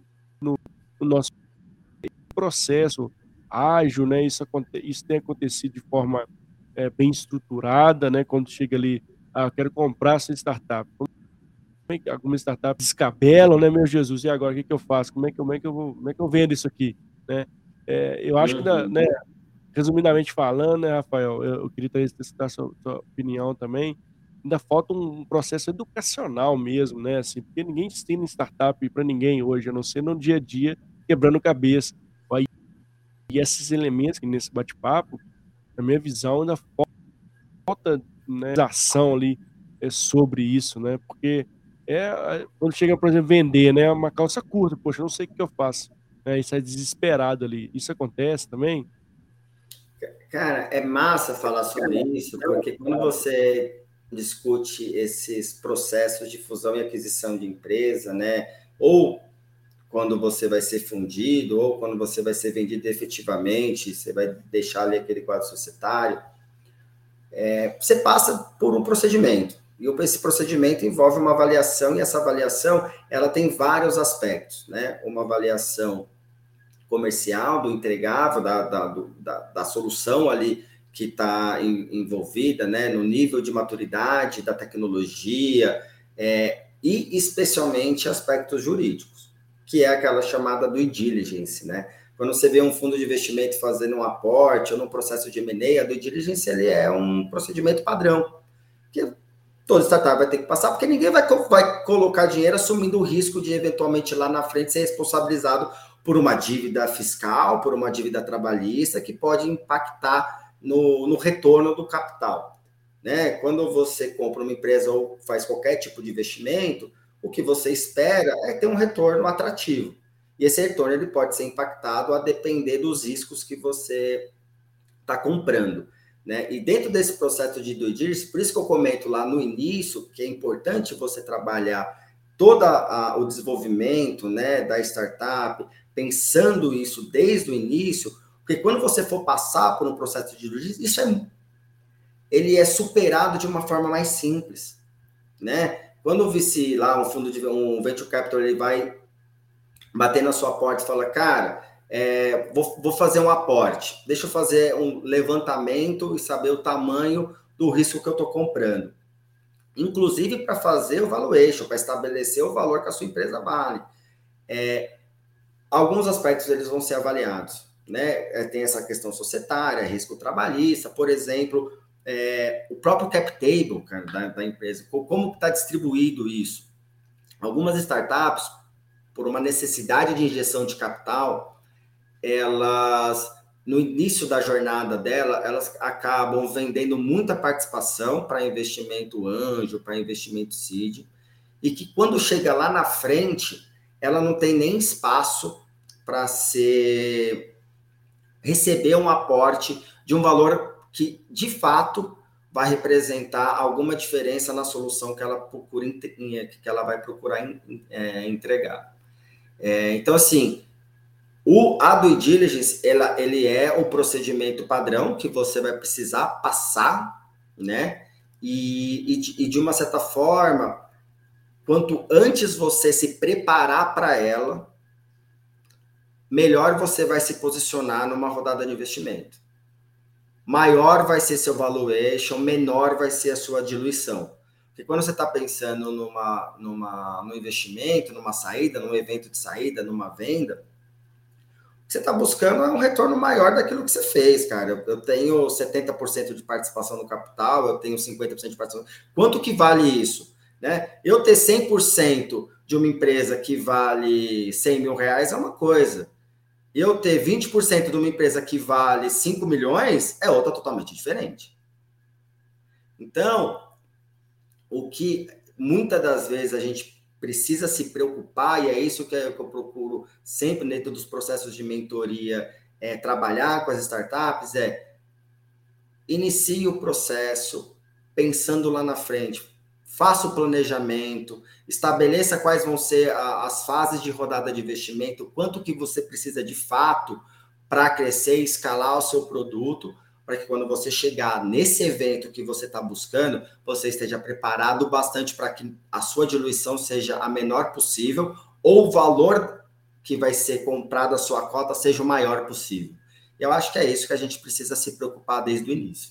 no nosso processo ágil, né, isso aconte isso tem acontecido de forma, eh, bem estruturada, né, quando chega ali: "Ah, eu quero comprar essa startup", como é que algumas startups descabelam, né, "Meu Jesus, e agora o que que eu faço? Como é que como é que eu vou como é que eu vendo isso aqui?", né. Eh, eu acho que da Uhum. né, resumidamente falando, né, Rafael, eu eu queria ter escutar sua sua opinião também, ainda falta um um processo educacional mesmo, né, assim, porque ninguém ensina startup para ninguém hoje, a não ser no dia a dia, quebrando cabeça. Aí e esses elementos que nesse bate-papo, na minha visão, ainda falta, né, ação ali, eh, sobre isso, né, porque, é a quando chega, por exemplo, vender, né, uma calça curta, "Poxa, eu não sei o que que eu faço", né, e sai desesperado ali. Isso acontece também? Cara, é massa falar sobre isso, porque quando você discute esses processos de fusão e aquisição de empresa, né, ou quando você vai ser fundido, ou quando você vai ser vendido efetivamente, você vai deixar ali aquele quadro societário, é, você passa por um procedimento. E esse procedimento envolve uma avaliação, e essa avaliação ela tem vários aspectos, né? Uma avaliação comercial do entregável, da, da, da, da solução ali que está envolvida, né, no nível de maturidade da tecnologia, é, e especialmente aspectos jurídicos, que é aquela chamada due diligence, né? Quando você vê um fundo de investimento fazendo um aporte ou num processo de M and A, a due diligence ele é um procedimento padrão, que toda startup vai ter que passar, porque ninguém vai, vai colocar dinheiro assumindo o risco de eventualmente lá na frente ser responsabilizado por uma dívida fiscal, por uma dívida trabalhista, que pode impactar no, no retorno do capital. Né? Quando você compra uma empresa ou faz qualquer tipo de investimento, o que você espera é ter um retorno atrativo. E esse retorno ele pode ser impactado a depender dos riscos que você está comprando. Né? E dentro desse processo de due diligence, por isso que eu comento lá no início, que é importante você trabalhar todo a, o desenvolvimento, né, da startup, pensando isso desde o início, porque quando você for passar por um processo de due diligence, isso é, ele é superado de uma forma mais simples. Né? Quando o V C lá, um fundo de um venture capital, ele vai bater na sua porta e fala, cara, é, vou, vou fazer um aporte, deixa eu fazer um levantamento e saber o tamanho do risco que eu estou comprando. Inclusive para fazer o valuation, para estabelecer o valor que a sua empresa vale. É, alguns aspectos eles vão ser avaliados. Né? É, tem essa questão societária, risco trabalhista, por exemplo, é, o próprio cap table, cara, da, da empresa, como está distribuído isso. Algumas startups, por uma necessidade de injeção de capital, elas, no início da jornada dela, elas acabam vendendo muita participação para investimento anjo, para investimento seed, e que quando chega lá na frente, ela não tem nem espaço para ser receber um aporte de um valor que, de fato, vai representar alguma diferença na solução que ela procura, que ela vai procurar entregar. É, então, assim, o, a due diligence, ela, ele é o procedimento padrão que você vai precisar passar, né? E, e, de, e de uma certa forma, quanto antes você se preparar para ela, melhor você vai se posicionar numa rodada de investimento. Maior vai ser seu valuation, menor vai ser a sua diluição. Porque quando você está pensando numa, numa, num investimento, numa saída, num evento de saída, numa venda, o que você está buscando é um retorno maior daquilo que você fez, cara. Eu, eu tenho setenta por cento de participação no capital, eu tenho cinquenta por cento de participação. Quanto que vale isso? Né? Eu ter cem por cento de uma empresa que vale cem mil reais é uma coisa. Eu ter vinte por cento de uma empresa que vale cinco milhões é outra totalmente diferente. Então, o que muitas das vezes a gente precisa se preocupar, e é isso que eu procuro sempre dentro dos processos de mentoria, é, trabalhar com as startups, é inicie o processo pensando lá na frente, faça o planejamento, estabeleça quais vão ser a, as fases de rodada de investimento, quanto que você precisa de fato para crescer e escalar o seu produto, para que quando você chegar nesse evento que você está buscando, você esteja preparado bastante para que a sua diluição seja a menor possível ou o valor que vai ser comprado a sua cota seja o maior possível. Eu acho que é isso que a gente precisa se preocupar desde o início.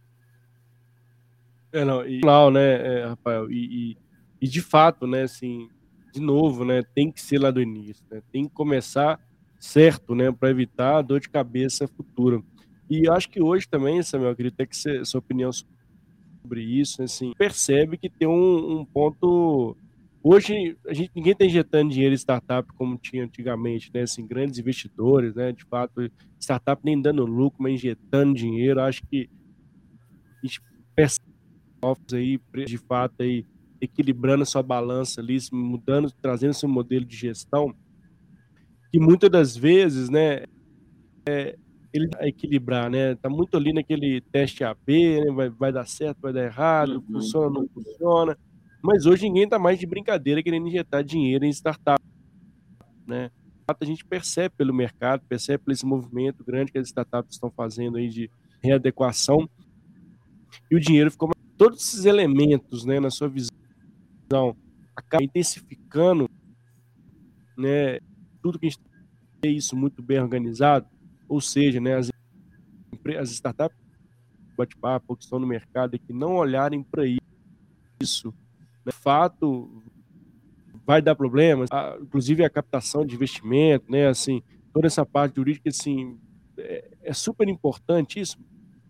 É, não, e, não, né, é, Rafael, e, e, e de fato, né, assim, de novo, né, tem que ser lá do início, né, tem que começar certo, né, para evitar a dor de cabeça futura. E eu acho que hoje também, Samuel, eu queria ter que ser sua opinião sobre isso, assim, percebe que tem um, um ponto. Hoje, a gente, ninguém está injetando dinheiro em startup como tinha antigamente, né? Assim, grandes investidores, né? De fato, startup nem dando lucro, mas injetando dinheiro. Acho que a gente percebe aí, de fato, aí, equilibrando a sua balança ali, mudando, trazendo seu modelo de gestão, que muitas das vezes, né? É, ele vai equilibrar, né? Tá muito ali naquele teste A B, né? Vai, vai dar certo, vai dar errado, Uhum. funciona, não funciona. Mas hoje ninguém tá mais de brincadeira querendo injetar dinheiro em startup, né? A gente percebe pelo mercado, percebe por esse movimento grande que as startups estão fazendo aí de readequação, e o dinheiro ficou. Todos esses elementos, né, na sua visão, acaba intensificando, né, tudo que a gente tem isso muito bem organizado, ou seja, né, as, as startups bate-papo que estão no mercado e que não olharem para isso, né, de fato vai dar problemas, a, inclusive a captação de investimento, né, assim, toda essa parte jurídica, assim, é, é super importante isso.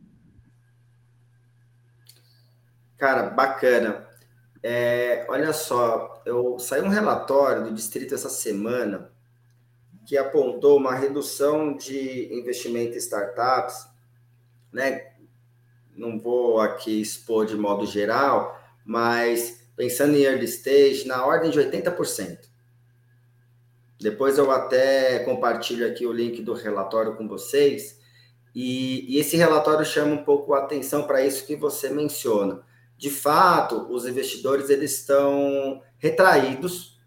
Cara, bacana. É, olha só, eu saiu um relatório do Distrito essa semana que apontou uma redução de investimento em startups, né? Não vou aqui expor de modo geral, mas pensando em early stage, na ordem de oitenta por cento. Depois eu até compartilho aqui o link do relatório com vocês, e, e esse relatório chama um pouco a atenção para isso que você menciona. De fato, os investidores eles estão retraídos,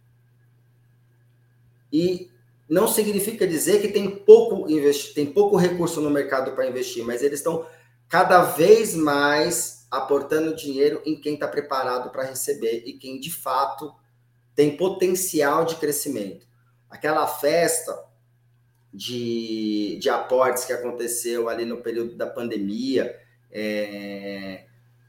e não significa dizer que tem pouco, investi- tem pouco recurso no mercado para investir, mas eles estão cada vez mais aportando dinheiro em quem está preparado para receber e quem, de fato, tem potencial de crescimento. Aquela festa de, de aportes que aconteceu ali no período da pandemia, é,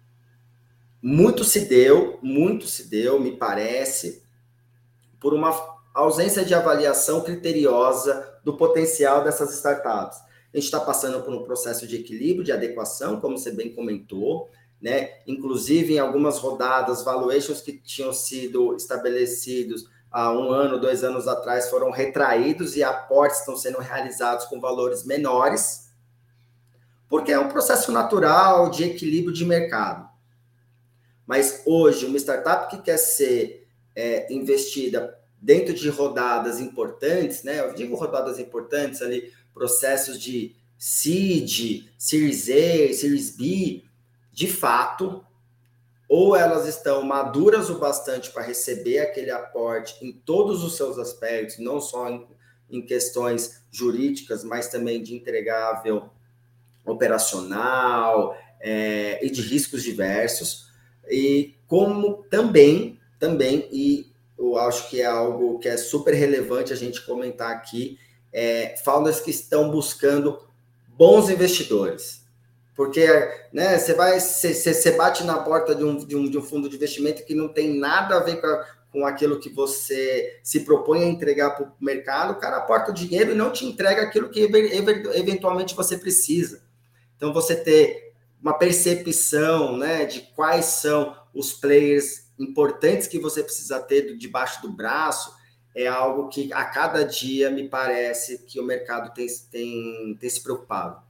muito se deu, muito se deu, me parece, por uma ausência de avaliação criteriosa do potencial dessas startups. A gente está passando por um processo de equilíbrio, de adequação, como você bem comentou, né? Inclusive, em algumas rodadas, valuations que tinham sido estabelecidos há um ano, dois anos atrás, foram retraídos e aportes estão sendo realizados com valores menores, porque é um processo natural de equilíbrio de mercado. Mas hoje, uma startup que quer ser é, investida dentro de rodadas importantes, né? Eu digo rodadas importantes ali, processos de seed, Series A, Series B, de fato, ou elas estão maduras o bastante para receber aquele aporte em todos os seus aspectos, não só em, em questões jurídicas, mas também de entregável operacional é, e de riscos diversos, e como também, também, e eu acho que é algo que é super relevante a gente comentar aqui, é, founders que estão buscando bons investidores. Porque, né, você vai, você, você bate na porta de um, de, um, de um fundo de investimento que não tem nada a ver com, a, com aquilo que você se propõe a entregar para o mercado, o cara aporta o dinheiro e não te entrega aquilo que eventualmente você precisa. Então, você ter uma percepção, né, de quais são os players importantes que você precisa ter debaixo do braço é algo que a cada dia me parece que o mercado tem, tem, tem se preocupado.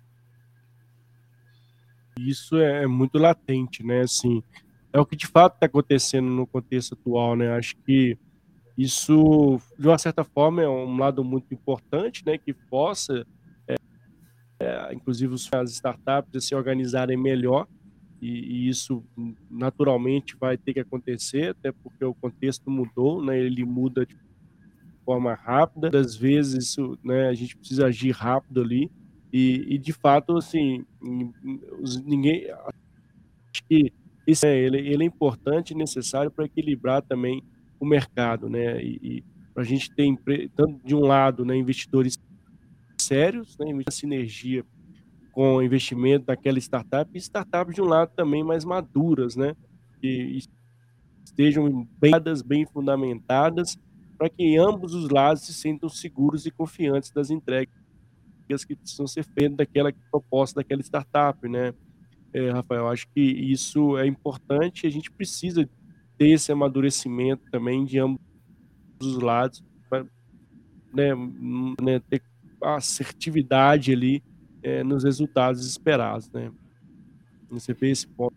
Isso é muito latente, né? Assim, é o que de fato está acontecendo no contexto atual, né? Acho que isso, de uma certa forma, é um lado muito importante, né? Que possa, é, inclusive, as startups se organizarem melhor, e, e isso naturalmente vai ter que acontecer, até porque o contexto mudou, né? Ele muda de forma rápida, às vezes isso, né? A gente precisa agir rápido ali, e, e de fato, assim, os, ninguém que isso é ele ele é importante e necessário para equilibrar também o mercado, né, e e pra gente ter empre tanto de um lado, né, investidores sérios, né, em sinergia com o investimento daquela startup, e startups de um lado também mais maduras, né, que estejam bem dadas, bem fundamentadas, para que ambos os lados se sintam seguros e confiantes das entregas que precisam ser feitas daquela proposta daquela startup, né. É, Rafael, acho que isso é importante e a gente precisa ter esse amadurecimento também de ambos os lados, pra, né, hum, né, ter assertividade ali, eh, nos resultados esperados, né. Você vê esse ponto.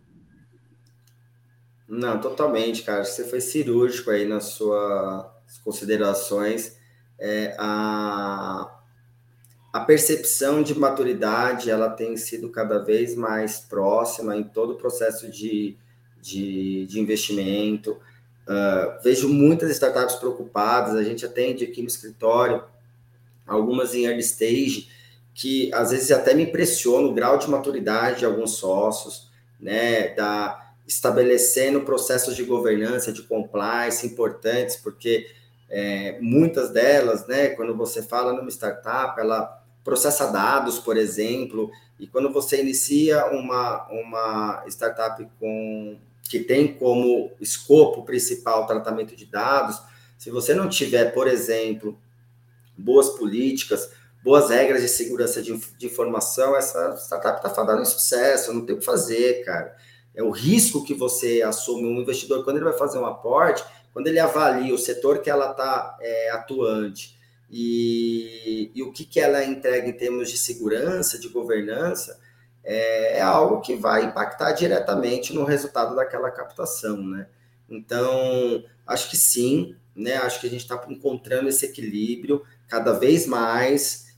Não, totalmente, cara. Você foi cirúrgico aí nas suas considerações. É, a, a percepção de maturidade ela tem sido cada vez mais próxima em todo o processo de, de, de investimento. Uh, vejo muitas startups preocupadas, a gente atende aqui no escritório, algumas em early stage, que às vezes até me impressiona o grau de maturidade de alguns sócios, né, da, estabelecendo processos de governança, de compliance importantes, porque é, muitas delas, né, quando você fala numa startup, ela processa dados, por exemplo, e quando você inicia uma, uma startup com, que tem como escopo principal o tratamento de dados, se você não tiver, por exemplo, boas políticas, boas regras de segurança de, de informação, essa startup está fadada em sucesso, não tem o que fazer, cara. É o risco que você assume, um investidor, quando ele vai fazer um aporte, quando ele avalia o setor que ela está é, atuante e, e o que, que ela entrega em termos de segurança, de governança, é, é algo que vai impactar diretamente no resultado daquela captação, né? Então, acho que sim, né? Acho que a gente está encontrando esse equilíbrio cada vez mais,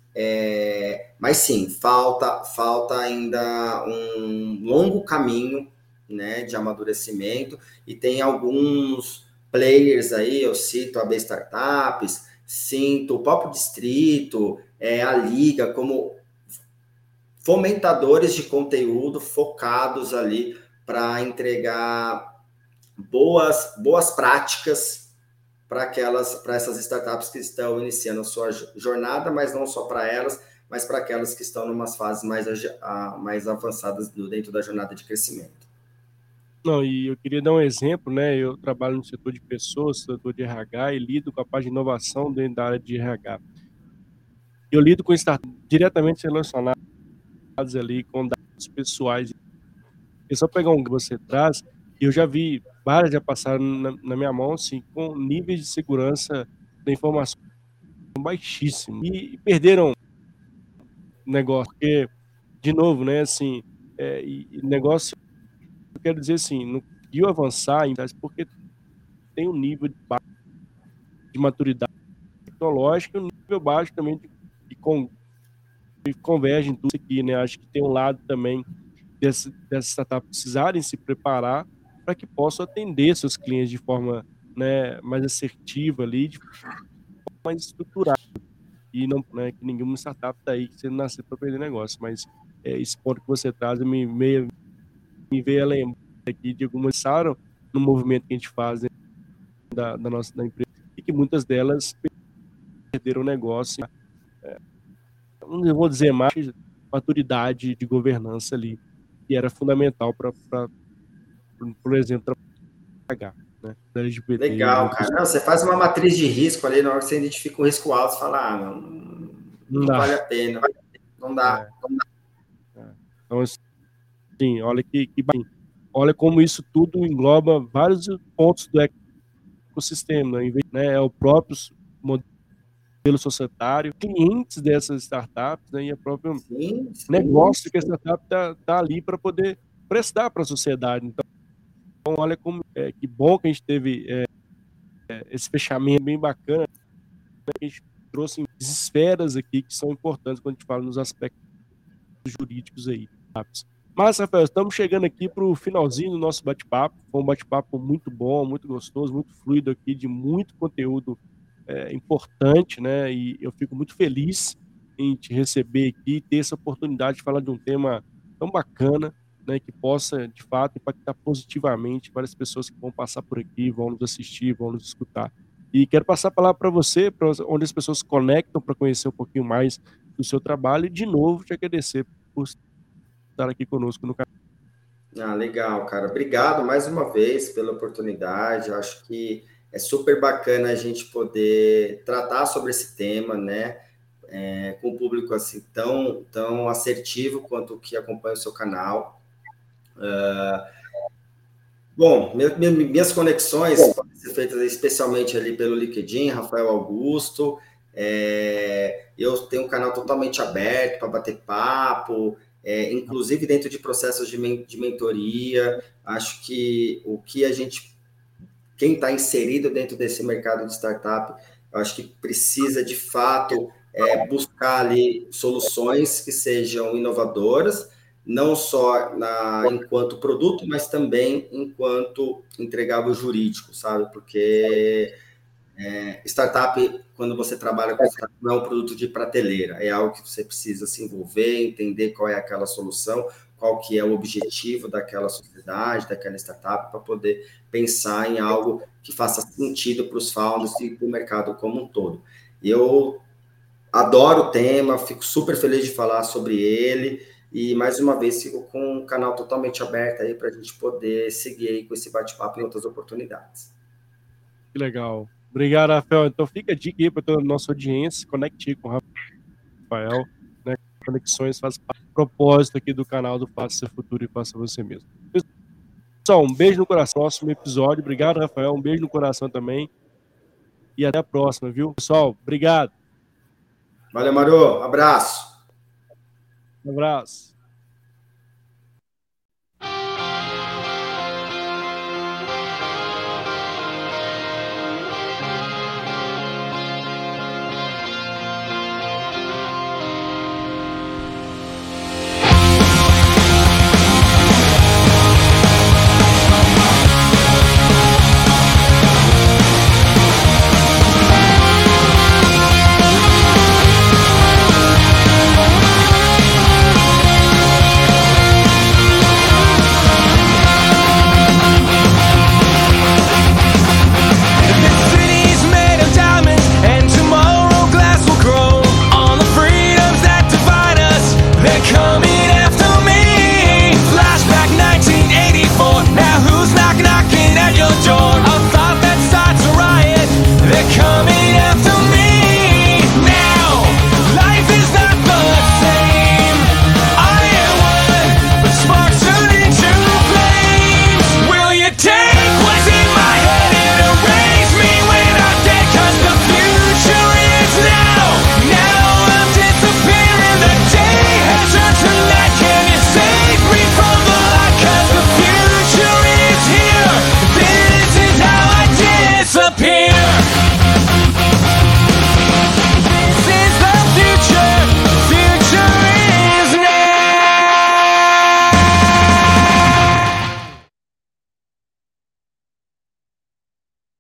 é, mas sim, falta, falta ainda um longo caminho, né, de amadurecimento, e tem alguns players aí, eu cito a B Startups, sinto o próprio distrito, é, a Liga, como fomentadores de conteúdo focados ali para entregar boas, boas práticas para aquelas, para essas startups que estão iniciando a sua jornada, mas não só para elas, mas para aquelas que estão em umas fases mais, mais avançadas dentro da jornada de crescimento. Não, e eu queria dar um exemplo, né? Eu trabalho no setor de pessoas, setor de R H, e lido com a parte de inovação dentro da área de R H. Eu lido com startups diretamente relacionados ali com dados pessoais. É só pegar um que você traz, eu já vi várias já passaram na, na minha mão, assim, com níveis de segurança da informação baixíssimo. E, e perderam negócio, porque, de novo, né, assim, é, e, e negócio, eu quero dizer assim, não conseguiu avançar, porque tem um nível de, de maturidade tecnológica e um nível baixo também de, de, con, de convergem tudo isso aqui, né? Acho que tem um lado também dessas desse startups precisarem se preparar para que possam atender seus clientes de forma, né, mais assertiva ali, de forma mais estruturada. E não, né, que nenhuma startup está aí sendo nascida para perder negócio, mas é, esse ponto que você traz me, me, me veio a lembrar aqui de algumas que passaram no movimento que a gente faz da, da nossa da empresa e que muitas delas perderam o negócio. É, não vou dizer mais, maturidade de governança ali, que era fundamental para, por exemplo, trabalhar, né, da L G B T e Legal, outros. cara. Não, você faz uma matriz de risco ali, na hora que você identifica um risco alto, você fala, ah, não, não, não vale a pena, não dá. É, não dá. É. Então, assim, olha que, que olha como isso tudo engloba vários pontos do ecossistema, né? É o próprio modelo societário, clientes dessas startups, né? E o próprio sim, sim, negócio sim. que a startup está tá ali para poder prestar para a sociedade. Então, olha como é, que bom que a gente teve é, esse fechamento bem bacana, né? Que a gente trouxe esferas aqui que são importantes quando a gente fala nos aspectos jurídicos aí. Mas, Rafael, estamos chegando aqui para o finalzinho do nosso bate-papo. Foi um bate-papo muito bom, muito gostoso, muito fluido aqui, de muito conteúdo é, importante, né? E eu fico muito feliz em te receber aqui e ter essa oportunidade de falar de um tema tão bacana, né? Que possa, de fato, impactar positivamente várias pessoas que vão passar por aqui, vão nos assistir, vão nos escutar. E quero passar a palavra para você, para onde as pessoas se conectam para conhecer um pouquinho mais do seu trabalho e, de novo, te agradecer por estar aqui conosco no canal. Ah, legal, cara. Obrigado mais uma vez pela oportunidade. Eu acho que é super bacana a gente poder tratar sobre esse tema, né? É, com um público assim tão, tão assertivo quanto o que acompanha o seu canal. Uh, bom, minha, minha, minhas conexões podem ser feitas especialmente ali pelo LinkedIn, Rafael Augusto. É, eu tenho um canal totalmente aberto para bater papo. É, inclusive dentro de processos de, men de mentoria, acho que o que a gente, quem está inserido dentro desse mercado de startup, eu acho que precisa de fato é, buscar ali soluções que sejam inovadoras, não só na, enquanto produto, mas também enquanto entregável jurídico, sabe? Porque é, startup, quando você trabalha com startup, não é um produto de prateleira, é algo que você precisa se envolver, entender qual é aquela solução, qual que é o objetivo daquela sociedade, daquela startup, para poder pensar em algo que faça sentido para os founders e para o mercado como um todo. Eu adoro o tema, fico super feliz de falar sobre ele, e mais uma vez fico com um canal totalmente aberto aí para a gente poder seguir aí com esse bate-papo em outras oportunidades. Que legal. Obrigado, Rafael. Então fica a dica aí para toda a nossa audiência, conecte com o Rafael, né? Conexões faz parte do propósito aqui do canal do Faça Seu Futuro e Faça Você Mesmo. Pessoal, um beijo no coração, próximo episódio. Obrigado, Rafael. Um beijo no coração também. E até a próxima, viu? Pessoal, obrigado. Valeu, Maru. Abraço. Um abraço.